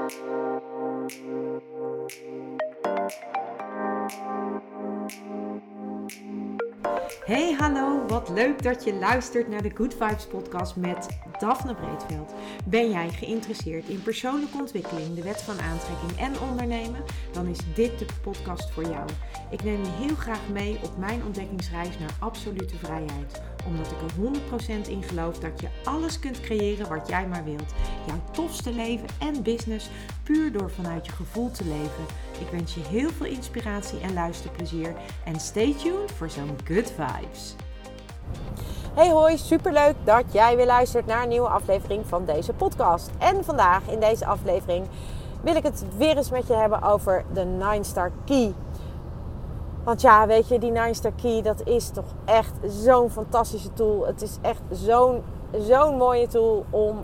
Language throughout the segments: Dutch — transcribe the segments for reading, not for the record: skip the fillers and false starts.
Hey, hallo, wat leuk dat je luistert naar de Good Vibes podcast met Daphne Breedveld. Ben jij geïnteresseerd in persoonlijke ontwikkeling, de wet van aantrekking en ondernemen? Dan is dit de podcast voor jou. Ik neem je heel graag mee op mijn ontdekkingsreis naar absolute vrijheid. Omdat ik er 100% in geloof dat je alles kunt creëren wat jij maar wilt. Jouw tofste leven en business puur door vanuit je gevoel te leven. Ik wens je heel veel inspiratie en luisterplezier. En stay tuned voor zo'n good vibes. Hey hoi, superleuk dat jij weer luistert naar een nieuwe aflevering van deze podcast. En vandaag in deze aflevering wil ik het weer eens met je hebben over de 9-Star Key. Want ja, weet je, die 9-Star Key, dat is toch echt zo'n fantastische tool. Het is echt zo'n mooie tool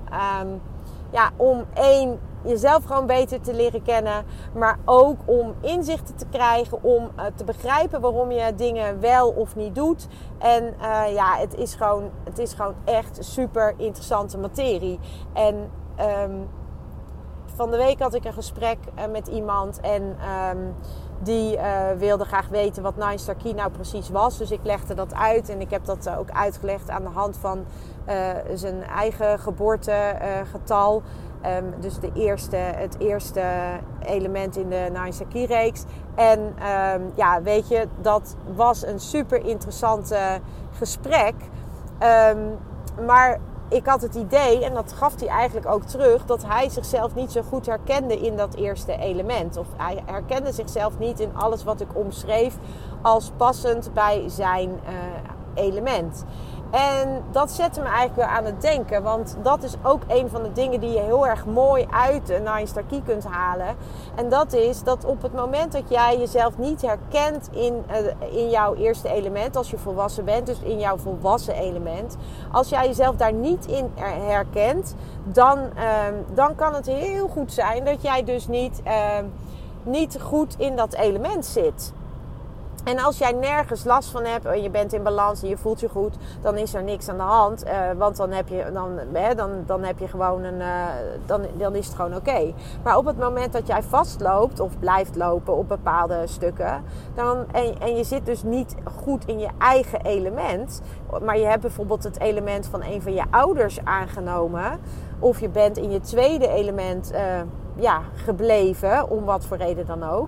om jezelf gewoon beter te leren kennen. Maar ook om inzichten te krijgen, om te begrijpen waarom je dingen wel of niet doet. En het is gewoon echt super interessante materie. En van de week had ik een gesprek met iemand en die wilde graag weten wat 9-Star Key nou precies was. Dus ik legde dat uit en ik heb dat ook uitgelegd aan de hand van zijn eigen geboortegetal. Dus het eerste element in de 9-Star Key reeks. En weet je, dat was een super interessant gesprek. Maar ik had het idee, en dat gaf hij eigenlijk ook terug, dat hij zichzelf niet zo goed herkende in dat eerste element. Of hij herkende zichzelf niet in alles wat ik omschreef als passend bij zijn element. En dat zette me eigenlijk weer aan het denken. Want dat is ook een van de dingen die je heel erg mooi uit de 9-Star Key kunt halen. En dat is dat op het moment dat jij jezelf niet herkent in jouw eerste element, als je volwassen bent, dus in jouw volwassen element. Als jij jezelf daar niet in herkent, dan kan het heel goed zijn dat jij dus niet goed in dat element zit. En als jij nergens last van hebt en je bent in balans en je voelt je goed, dan is er niks aan de hand. Want dan heb je gewoon dan is het gewoon oké. Maar op het moment dat jij vastloopt of blijft lopen op bepaalde stukken, en je zit dus niet goed in je eigen element, maar je hebt bijvoorbeeld het element van een van je ouders aangenomen, of je bent in je tweede element gebleven, om wat voor reden dan ook,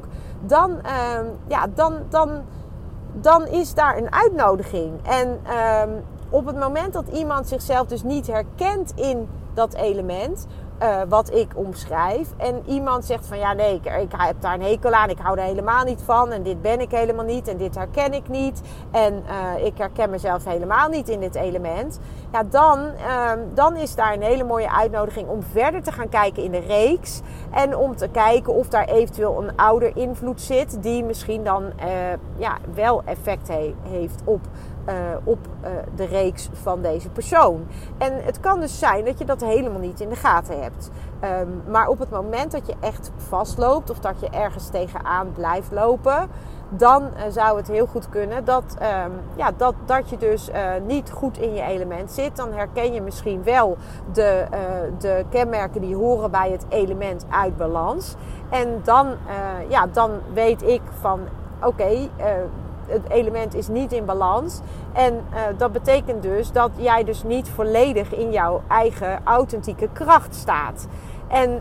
dan is daar een uitnodiging. En op het moment dat iemand zichzelf dus niet herkent in dat element, wat ik omschrijf, en iemand zegt van ja nee, ik heb daar een hekel aan, ik hou er helemaal niet van en dit ben ik helemaal niet en dit herken ik niet en ik herken mezelf helemaal niet in dit element, ja, dan is daar een hele mooie uitnodiging om verder te gaan kijken in de reeks en om te kijken of daar eventueel een ouder invloed zit die misschien dan wel effect heeft op de reeks van deze persoon. En het kan dus zijn dat je dat helemaal niet in de gaten hebt. Maar op het moment dat je echt vastloopt of dat je ergens tegenaan blijft lopen, dan zou het heel goed kunnen dat je dus niet goed in je element zit. Dan herken je misschien wel de kenmerken die horen bij het element uit balans. En dan weet ik van oké, het element is niet in balans. En dat betekent dus dat jij dus niet volledig in jouw eigen authentieke kracht staat. En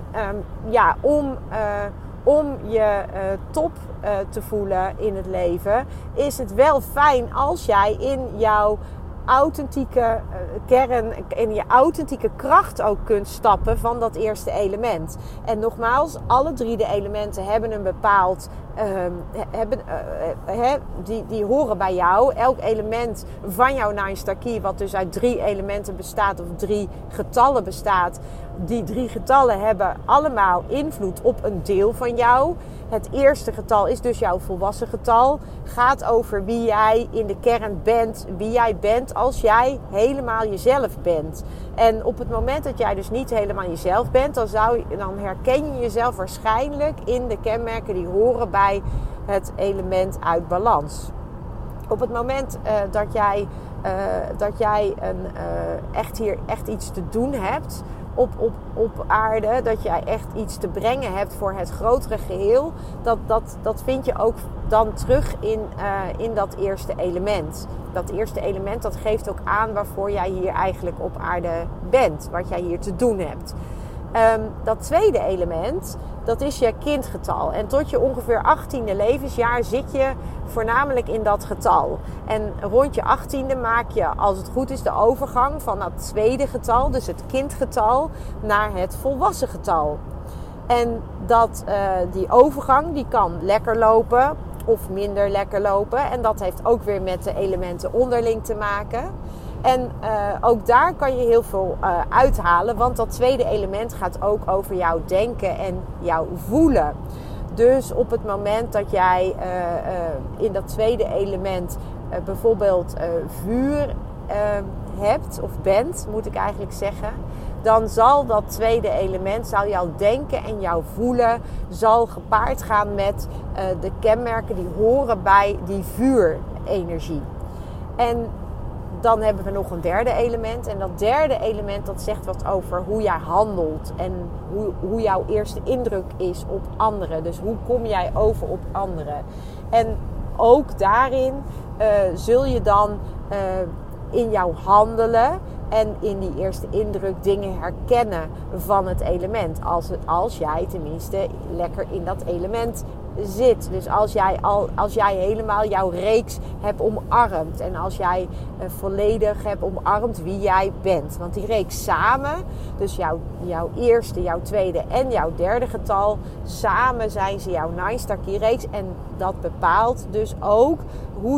om je top te voelen in het leven, is het wel fijn als jij in jouw authentieke kern, in je authentieke kracht ook kunt stappen van dat eerste element. En nogmaals, alle 3 de elementen hebben een bepaald die horen bij jou. Elk element van jouw 9-Star Key, wat dus uit 3 elementen bestaat of 3 getallen bestaat, die 3 getallen hebben allemaal invloed op een deel van jou. Het eerste getal is dus jouw volwassen getal. Gaat over wie jij in de kern bent. Wie jij bent als jij helemaal jezelf bent. En op het moment dat jij dus niet helemaal jezelf bent, dan herken je jezelf waarschijnlijk in de kenmerken die horen bij het element uit balans. Op het moment dat jij echt iets te doen hebt, op aarde. Dat jij echt iets te brengen hebt voor het grotere geheel. Dat vind je ook dan terug in dat eerste element. Dat eerste element, dat geeft ook aan waarvoor jij hier eigenlijk op aarde bent. Wat jij hier te doen hebt. Dat tweede element, dat is je kindgetal. En tot je ongeveer 18e levensjaar zit je voornamelijk in dat getal. En rond je 18e maak je, als het goed is, de overgang van dat tweede getal, dus het kindgetal, naar het volwassen getal. En die overgang, die kan lekker lopen of minder lekker lopen. En dat heeft ook weer met de elementen onderling te maken. En ook daar kan je heel veel uithalen. Want dat tweede element gaat ook over jouw denken en jouw voelen. Dus op het moment dat jij in dat tweede element bijvoorbeeld vuur hebt of bent, moet ik eigenlijk zeggen, dan zal dat tweede element, zal jouw denken en jouw voelen, zal gepaard gaan met de kenmerken die horen bij die vuurenergie. En dan hebben we nog een derde element. En dat derde element, dat zegt wat over hoe jij handelt. En hoe jouw eerste indruk is op anderen. Dus hoe kom jij over op anderen. En ook daarin zul je dan in jouw handelen en in die eerste indruk dingen herkennen van het element. Als jij tenminste lekker in dat element zit. Dus als jij helemaal jouw reeks hebt omarmd. En als jij volledig hebt omarmd wie jij bent. Want die reeks samen, dus jouw eerste, jouw tweede en jouw derde getal, samen zijn ze jouw Nine Star Key reeks. En dat bepaalt dus ook hoe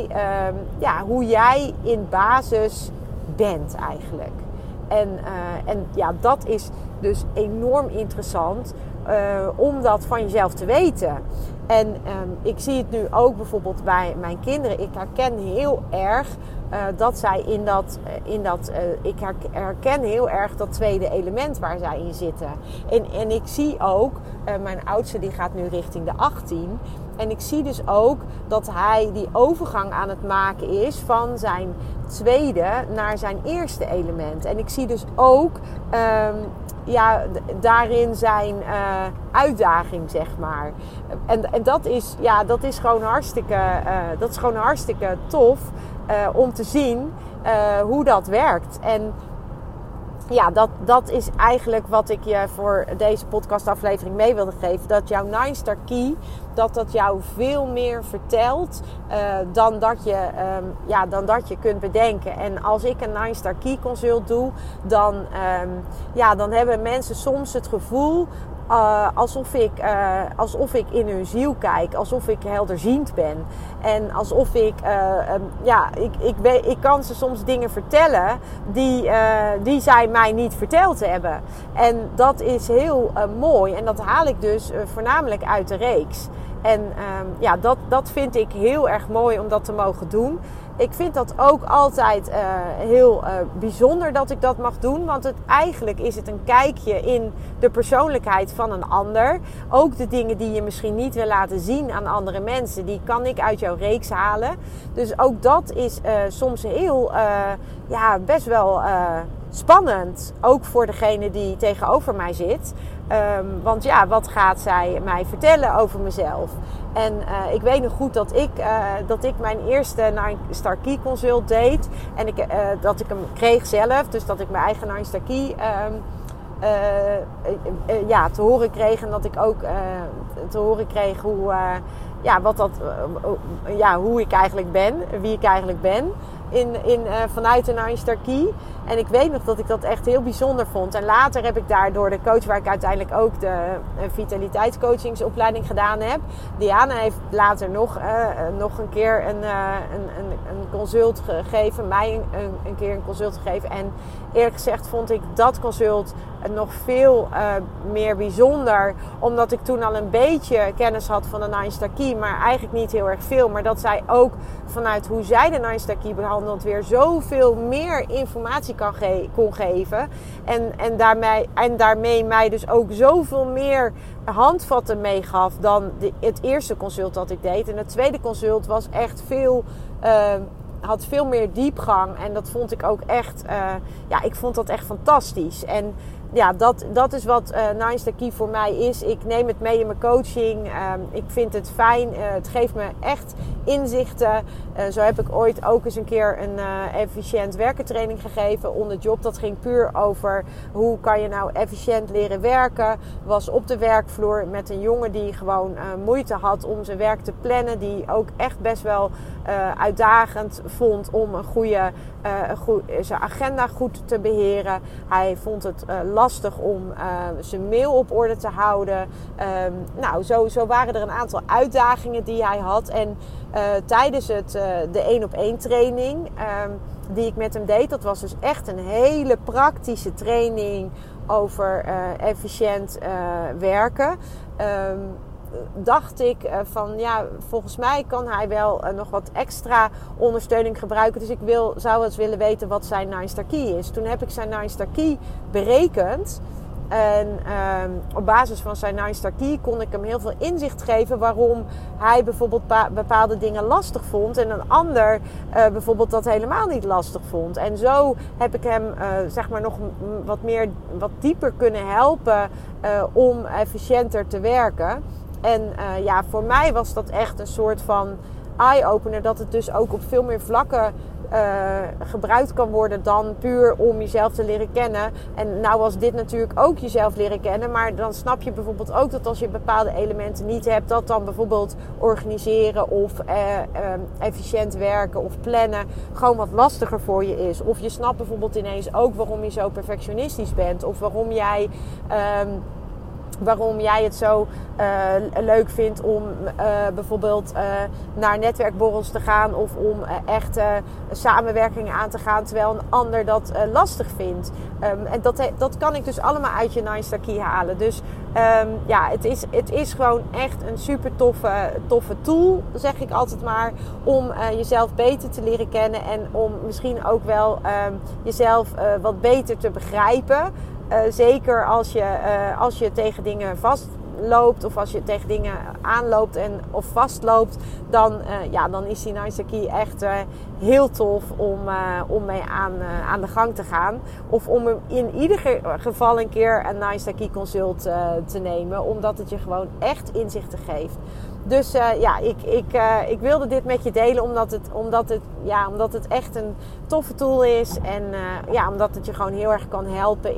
jij in basis bent eigenlijk. En dat is dus enorm interessant om dat van jezelf te weten. En ik zie het nu ook bijvoorbeeld bij mijn kinderen. Ik herken heel erg dat zij ik herken heel erg dat tweede element waar zij in zitten. En ik zie ook, mijn oudste die gaat nu richting de 18. En ik zie dus ook dat hij die overgang aan het maken is van zijn tweede naar zijn eerste element. En ik zie dus ook daarin zijn uitdaging, zeg maar. En dat is gewoon hartstikke tof om te zien hoe dat werkt. En ja, dat is eigenlijk wat ik je voor deze podcastaflevering mee wilde geven. Dat jouw Nine Star Key, dat jou veel meer vertelt dan dat je kunt bedenken. En als ik een Nine Star Key consult doe, dan hebben mensen soms het gevoel alsof ik in hun ziel kijk. Alsof ik helderziend ben. En alsof ik kan ze soms dingen vertellen die zij mij niet verteld hebben. En dat is heel mooi. En dat haal ik dus voornamelijk uit de reeks. En dat vind ik heel erg mooi om dat te mogen doen. Ik vind dat ook altijd heel bijzonder dat ik dat mag doen. Want eigenlijk is het een kijkje in de persoonlijkheid van een ander. Ook de dingen die je misschien niet wil laten zien aan andere mensen, die kan ik uit jouw reeks halen. Dus ook dat is soms heel, best wel spannend. Ook voor degene die tegenover mij zit. Want wat gaat zij mij vertellen over mezelf? En ik weet nog goed dat ik mijn eerste Nine Star Key consult deed. En dat ik hem kreeg zelf. Dus dat ik mijn eigen Nine Star Key te horen kreeg. En dat ik ook te horen kreeg hoe ik eigenlijk ben. Wie ik eigenlijk ben. Vanuit de Nine Star Key. En ik weet nog dat ik dat echt heel bijzonder vond. En later heb ik daar door de coach waar ik uiteindelijk ook de vitaliteitscoachingsopleiding gedaan heb. Diana heeft later nog een keer een consult gegeven. Mij een keer een consult gegeven. En eerlijk gezegd vond ik dat consult nog veel meer bijzonder. Omdat ik toen al een beetje kennis had van de Nine Star Key. Maar eigenlijk niet heel erg veel. Maar dat zij ook vanuit hoe zij de Nine Star Key behandelt weer zoveel meer informatie kon geven. En daarmee mij dus ook zoveel meer handvatten meegaf dan het eerste consult dat ik deed. En het tweede consult was echt had veel meer diepgang. En dat vond ik ook echt, ik vond dat echt fantastisch. En ja, dat is wat Nice the Key voor mij is. Ik neem het mee in mijn coaching. Ik vind het fijn. Het geeft me echt inzichten. Zo heb ik ooit ook eens een keer een efficiënt werken training gegeven on the job. Dat ging puur over hoe kan je nou efficiënt leren werken. Was op de werkvloer met een jongen die gewoon moeite had om zijn werk te plannen. Die ook echt best wel uitdagend vond om zijn agenda goed te beheren. Hij vond het lastig om zijn mail op orde te houden. Zo waren er een aantal uitdagingen die hij had. En tijdens de 1-op-1 training die ik met hem deed, dat was dus echt een hele praktische training over efficiënt werken. Dacht ik van ja, volgens mij kan hij wel nog wat extra ondersteuning gebruiken. Dus ik zou eens willen weten wat zijn Nice the Key is. Toen heb ik zijn Nice the Key berekend. En op basis van zijn Nice the Key kon ik hem heel veel inzicht geven waarom hij bijvoorbeeld bepaalde dingen lastig vond. En een ander bijvoorbeeld dat helemaal niet lastig vond. En zo heb ik hem nog wat dieper kunnen helpen om efficiënter te werken. En voor mij was dat echt een soort van eye-opener. Dat het dus ook op veel meer vlakken gebruikt kan worden dan puur om jezelf te leren kennen. En nou was dit natuurlijk ook jezelf leren kennen. Maar dan snap je bijvoorbeeld ook dat als je bepaalde elementen niet hebt, dat dan bijvoorbeeld organiseren of efficiënt werken of plannen gewoon wat lastiger voor je is. Of je snapt bijvoorbeeld ineens ook waarom je zo perfectionistisch bent. Of waarom jij het zo leuk vindt om bijvoorbeeld naar netwerkborrels te gaan of om echt samenwerkingen aan te gaan, terwijl een ander dat lastig vindt. En dat kan ik dus allemaal uit je Nice the Key halen. Dus het is gewoon echt een super toffe tool, zeg ik altijd maar, om jezelf beter te leren kennen en om misschien ook wel jezelf wat beter te begrijpen. Zeker als je tegen dingen vastloopt of als je tegen dingen aanloopt of vastloopt, dan is die Nice the Key echt heel tof om mee aan de gang te gaan. Of om hem in ieder geval een keer een Nice the Key consult te nemen, omdat het je gewoon echt inzichten geeft. Dus ik wilde dit met je delen omdat het echt een toffe tool is. En omdat het je gewoon heel erg kan helpen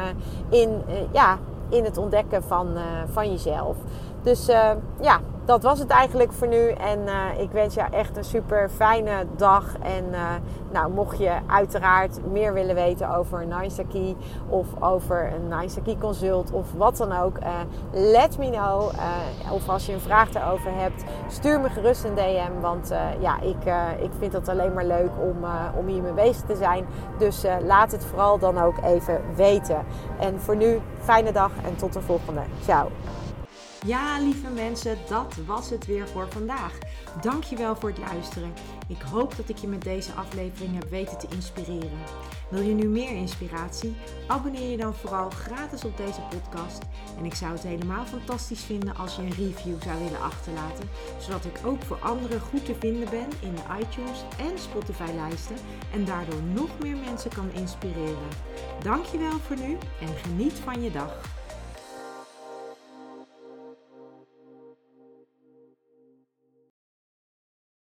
in het ontdekken van jezelf. Dus dat was het eigenlijk voor nu. En ik wens jou echt een super fijne dag. En mocht je uiteraard meer willen weten over een Nice the Key of over een Nice the Key consult of wat dan ook, let me know. Of als je een vraag daarover hebt, stuur me gerust een DM. Want ik vind het alleen maar leuk om hiermee bezig te zijn. Dus laat het vooral dan ook even weten. En voor nu, fijne dag en tot de volgende. Ciao. Ja, lieve mensen, dat was het weer voor vandaag. Dankjewel voor het luisteren. Ik hoop dat ik je met deze aflevering heb weten te inspireren. Wil je nu meer inspiratie? Abonneer je dan vooral gratis op deze podcast. En ik zou het helemaal fantastisch vinden als je een review zou willen achterlaten. Zodat ik ook voor anderen goed te vinden ben in de iTunes en Spotify lijsten. En daardoor nog meer mensen kan inspireren. Dankjewel voor nu en geniet van je dag.